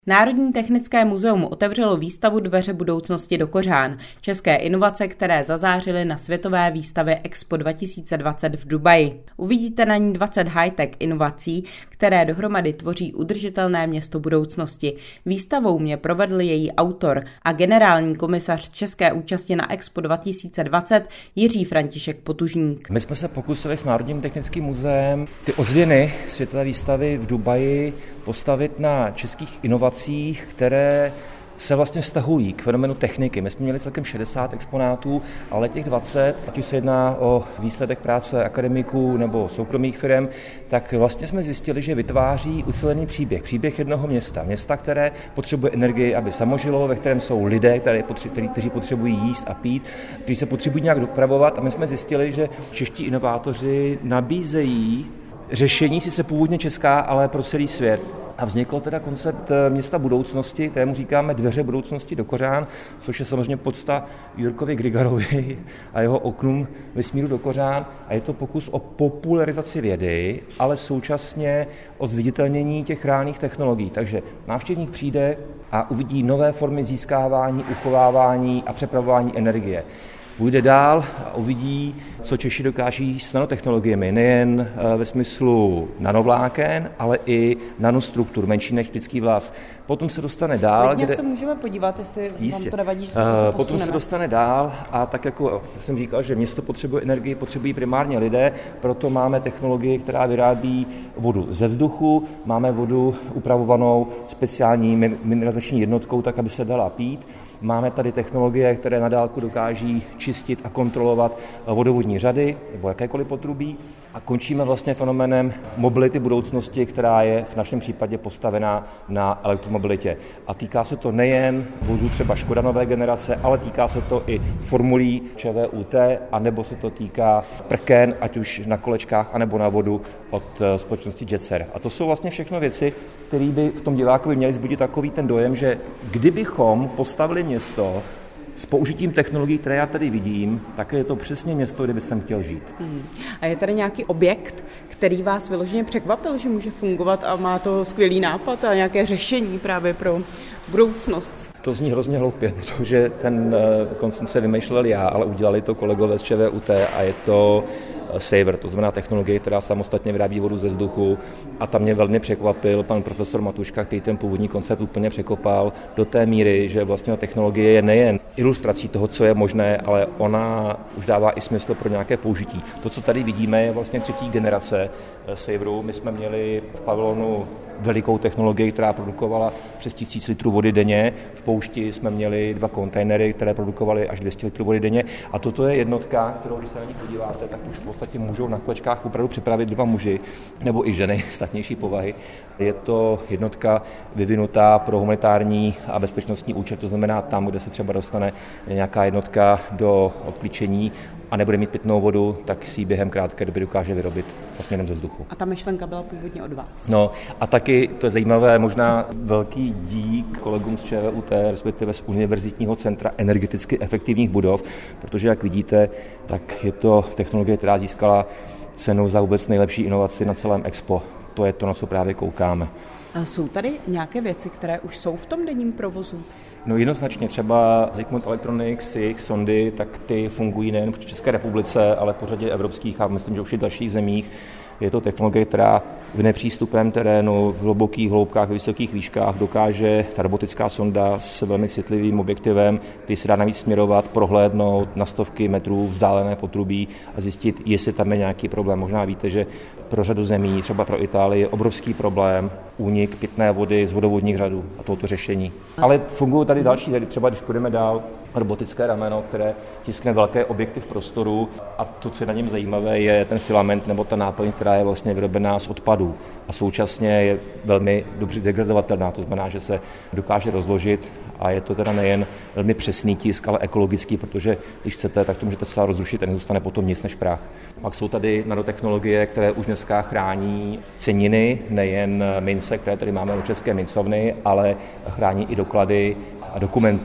Národní technické muzeum otevřelo výstavu Dveře budoucnosti do kořán. České inovace, které zazářily na světové výstavě Expo 2020 v Dubaji. Uvidíte na ní 20 high-tech inovací, které dohromady tvoří udržitelné město budoucnosti. Výstavou mě provedl její autor a generální komisař české účasti na Expo 2020 Jiří František Potužník. My jsme se pokusili s Národním technickým muzeem ty ozvěny světové výstavy v Dubaji postavit na českých inovacích, které se vlastně vztahují k fenomenu techniky. My jsme měli celkem 60 exponátů, ale těch 20, ať už se jedná o výsledek práce akademiků nebo soukromých firm, tak vlastně jsme zjistili, že vytváří ucelený příběh jednoho města, které potřebuje energii, aby samožilo, ve kterém jsou lidé, kteří potřebují jíst a pít, kteří se potřebují nějak dopravovat, a my jsme zjistili, že čeští inovátoři nabízejí řešení, sice původně česká, ale pro celý svět. A vznikl teda koncept města budoucnosti, kterému říkáme Dveře budoucnosti do kořán, což je samozřejmě podsta Jurkovi Grigarovi a jeho oknům vesmíru do kořán. A je to pokus o popularizaci vědy, ale současně o zviditelnění těch reálných technologií. Takže návštěvník přijde a uvidí nové formy získávání, uchovávání a přepravování energie. Půjde dál a uvidí, co Češi dokáží s nanotechnologiemi, nejen ve smyslu nanovláken, ale i nanostruktur, menší než lidský vlas. Potom se dostane dál. Kde se můžeme podívat, jestli vám to nevadí, že se to potom se dostane dál a tak jako jsem říkal, že město potřebuje energii, potřebují primárně lidé, proto máme technologii, která vyrábí vodu ze vzduchu, máme vodu upravovanou speciální mineralizační jednotkou, tak aby se dala pít. Máme tady technologie, které na dálku dokáží čistit a kontrolovat vodovodní řady nebo jakékoliv potrubí. A končíme vlastně fenoménem mobility budoucnosti, která je v našem případě postavená na elektromobilitě. A týká se to nejen vozů třeba Škoda nové generace, ale týká se to i formulí ČVUT, anebo se to týká prken, ať už na kolečkách, anebo na vodu od společnosti Jetser. A to jsou vlastně všechno věci, které by v tom divákovi měly vzbudit takový ten dojem, že kdybychom postavili město s použitím technologií, které já tady vidím, tak je to přesně město, kde bych chtěl žít. A je tady nějaký objekt, který vás vyloženě překvapil, že může fungovat a má to skvělý nápad a nějaké řešení právě pro budoucnost? To zní hrozně hloupě, protože ten koncept se vymýšlel já, ale udělali to kolegové z ČVUT a je to Saver, to znamená technologie, která samostatně vyrábí vodu ze vzduchu, a tam mě velmi překvapil pan profesor Matuška, který ten původní koncept úplně překopal do té míry, že vlastně technologie je nejen ilustrací toho, co je možné, ale ona už dává i smysl pro nějaké použití. To, co tady vidíme, je vlastně třetí generace Saveru. My jsme měli v pavilonu velikou technologii, která produkovala přes 1000 litrů vody denně. V poušti jsme měli 2 kontejnery, které produkovaly až 200 litrů vody denně. A toto je jednotka, kterou, když se na ní podíváte, tak už v podstatě můžou na kolečkách opravdu připravit 2 muži nebo i ženy statnější povahy. Je to jednotka vyvinutá pro humanitární a bezpečnostní účel, to znamená tam, kde se třeba dostane nějaká jednotka do obklíčení a nebude mít pitnou vodu, tak si ji během krátké doby dokáže vyrobit vlastně jenom ze vzduchu. A ta myšlenka byla původně od vás? No a taky, to je zajímavé, možná velký dík kolegům z ČVUT, respektive z Univerzitního centra energeticky efektivních budov, protože jak vidíte, tak je to technologie, která získala cenu za vůbec nejlepší inovaci na celém Expo. To je to, na co právě koukáme. A jsou tady nějaké věci, které už jsou v tom denním provozu? No jednoznačně, třeba Zikmund Electronics, jejich sondy, tak ty fungují nejen v České republice, ale po řadě evropských a myslím, že už i dalších zemích. Je to technologie, která v nepřístupném terénu, v hlubokých hloubkách, v vysokých výškách dokáže ta robotická sonda s velmi citlivým objektivem, který se dá navíc směrovat, prohlédnout na stovky metrů vzdálené potrubí a zjistit, jestli tam je nějaký problém. Možná víte, že pro řadu zemí, třeba pro Itálii, je obrovský problém únik pitné vody z vodovodních řadů a tohoto řešení. Ale fungují tady další, třeba když půjdeme dál, robotické rameno, které tiskne velké objekty v prostoru, a to, co je na něm zajímavé, je ten filament nebo ta náplň, která je vlastně vyrobená z odpadů a současně je velmi dobře degradovatelná, to znamená, že se dokáže rozložit a je to teda nejen velmi přesný tisk, ale ekologický, protože když chcete, tak to můžete se rozrušit a nezůstane potom nic než prach. Pak jsou tady nanotechnologie, které už dneska chrání ceniny, nejen mince, které tady máme u České mincovny, ale chrání i doklady a dokumenty.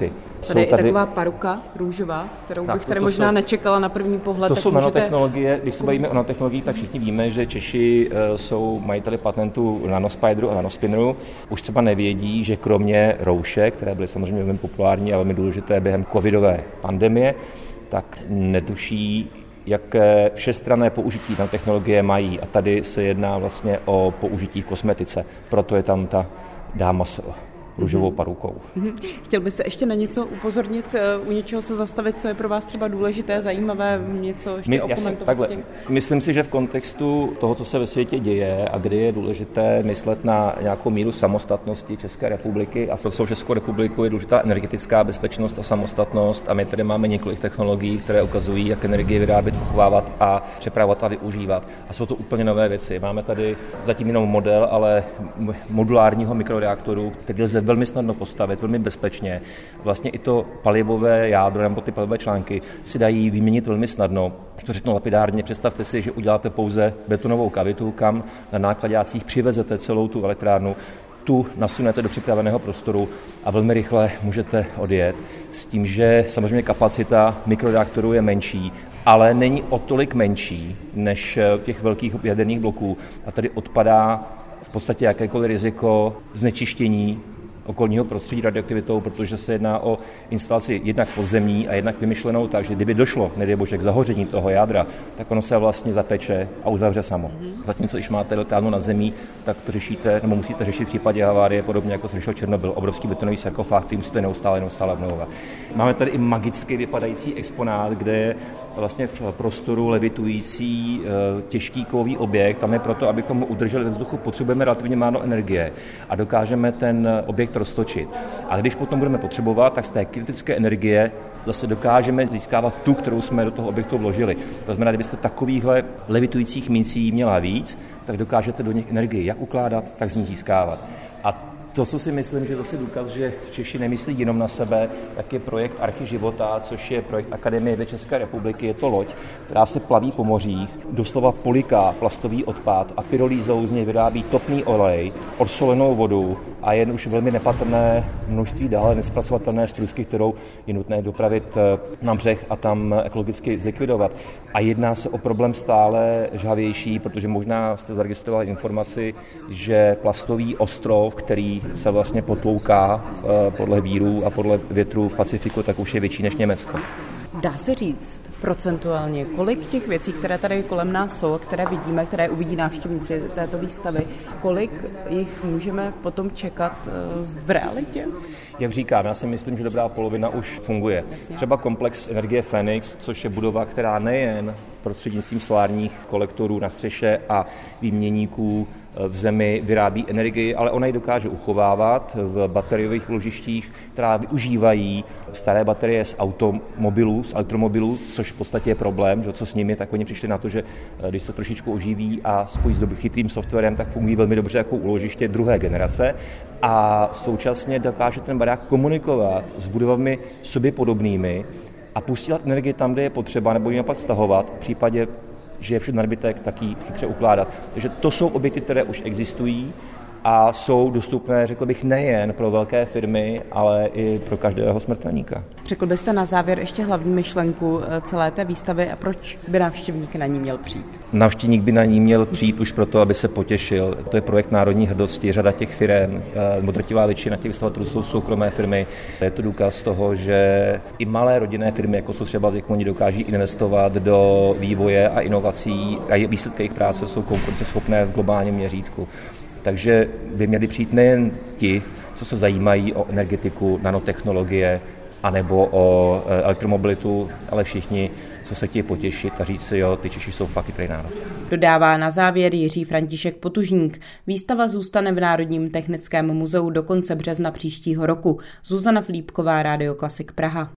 Tady je i taková paruka růžová, kterou bych tady možná nečekala na první pohled. To jsou nanotechnologie. Když se bavíme o nanotechnologii, tak všichni víme, že Češi jsou majiteli patentu Nanospideru a Nanospinneru. Už třeba nevědí, že kromě roušek, které byly samozřejmě velmi populární a velmi důležité během covidové pandemie, tak netuší, jaké všestranné použití nanotechnologie mají. A tady se jedná vlastně o použití v kosmetice. Proto je tam ta dáma s růžovou parukou. Chtěl byste ještě na něco upozornit, u něčeho se zastavit, co je pro vás třeba důležité, zajímavé, něco ještě okomentovat? Myslím si, že v kontextu toho, co se ve světě děje a kdy je důležité myslet na nějakou míru samostatnosti České republiky a pro celou Českou republiku je důležitá energetická bezpečnost a samostatnost a my tady máme několik technologií, které ukazují, jak energii vyrábět, uchovávat a přepravovat a využívat. A jsou to úplně nové věci. Máme tady zatím jenom model, ale modulárního mikroreaktoru, který lze velmi snadno postavit, velmi bezpečně. Vlastně i to palivové jádro nebo ty palivové články si dají vyměnit velmi snadno. To řeknu lapidárně, představte si, že uděláte pouze betonovou kavitu, kam na nákladácích přivezete celou tu elektrárnu, tu nasunete do připraveného prostoru a velmi rychle můžete odjet. S tím, že samozřejmě kapacita mikroreaktorů je menší, ale není o tolik menší než těch velkých jaderných bloků. A tady odpadá v podstatě jakékoliv riziko znečištění okolního prostředí radioaktivitou, protože se jedná o instalaci jednak podzemní a jednak vymyšlenou tak, že kdyby došlo, nedej bože, k zahoření toho jádra, tak ono se vlastně zapeče a uzavře samo. Zatímco, když máte elektrárnu nad zemí, tak to řešíte, nebo musíte řešit v případě havárie, podobně jako se řešil Černobyl, obrovský betonový sarkofág, který musíte neustále obnovovat. Máme tady i magicky vypadající exponát, kde je vlastně v prostoru levitující těžký kovový objekt. Tam je proto, abychom ho udrželi ve vzduchu, potřebujeme relativně málo energie a dokážeme ten objekt roztočit. A když potom budeme potřebovat, tak z té kritické energie zase dokážeme získávat tu, kterou jsme do toho objektu vložili. To znamená, kdybyste takovýchhle levitujících mincí měla víc, tak dokážete do nich energii jak ukládat, tak z ní získávat. A to, co si myslím, že je zase důkaz, že Češi nemyslí jenom na sebe, tak je projekt Archy života, což je projekt Akademie věd České republiky. Je to loď, která se plaví po mořích, doslova poliká plastový odpad a pyrolízou z něj vyrábí topný olej, odsolenou vodu a jen už velmi nepatrné množství dále nespracovatelné strusky, kterou je nutné dopravit na břeh a tam ekologicky zlikvidovat. A jedná se o problém stále žhavější, protože možná jste zaregistrovali informaci, že plastový ostrov, který se vlastně potlouká podle vírů a podle větrů v Pacifiku, tak už je větší než Německo. Dá se říct procentuálně, kolik těch věcí, které tady kolem nás jsou, které vidíme, které uvidí návštěvníci této výstavy, kolik jich můžeme potom čekat v realitě? Jak říkám, já si myslím, že dobrá polovina už funguje. Třeba komplex Energie Phoenix, což je budova, která nejen prostřednictvím solárních kolektorů na střeše a výměníků v zemi vyrábí energii, ale ona ji dokáže uchovávat v bateriových ložištích, která využívají staré baterie z automobilů, z elektromobilů, což v podstatě je problém, že co s nimi, tak oni přišli na to, že když se trošičku oživí a spojí s chytrým softwarem, tak fungují velmi dobře jako úložiště druhé generace a současně dokáže ten barák komunikovat s budovami sobě podobnými a posílat energii tam, kde je potřeba, nebo ji naopak stahovat v případě, že je všude nadbytek, tak ji chytře ukládat. Takže to jsou objekty, které už existují a jsou dostupné, řekl bych, nejen pro velké firmy, ale i pro každého smrtelníka. Řekl byste na závěr ještě hlavní myšlenku celé té výstavy a proč by návštěvník na ní měl přijít? Návštěvník by na ní měl přijít už proto, aby se potěšil. To je projekt národní hrdosti, řada těch firem, drtivá většina těch vystavatelů jsou soukromé firmy. Je to důkaz toho, že i malé rodinné firmy, jako jsou třeba Zikmoni, dokáží investovat do vývoje a inovací a výsledky jejich práce jsou konkurenceschopné v globálním měřítku. Takže by měli přijít nejen ti, co se zajímají o energetiku, nanotechnologie anebo o elektromobilitu, ale všichni, co se chtějí potěšit a říct si, jo, ty Češi jsou fakt chytrý národ. Dodává na závěr Jiří František Potužník. Výstava zůstane v Národním technickém muzeu do konce března příštího roku. Zuzana Flípková, Rádio Klasik Praha.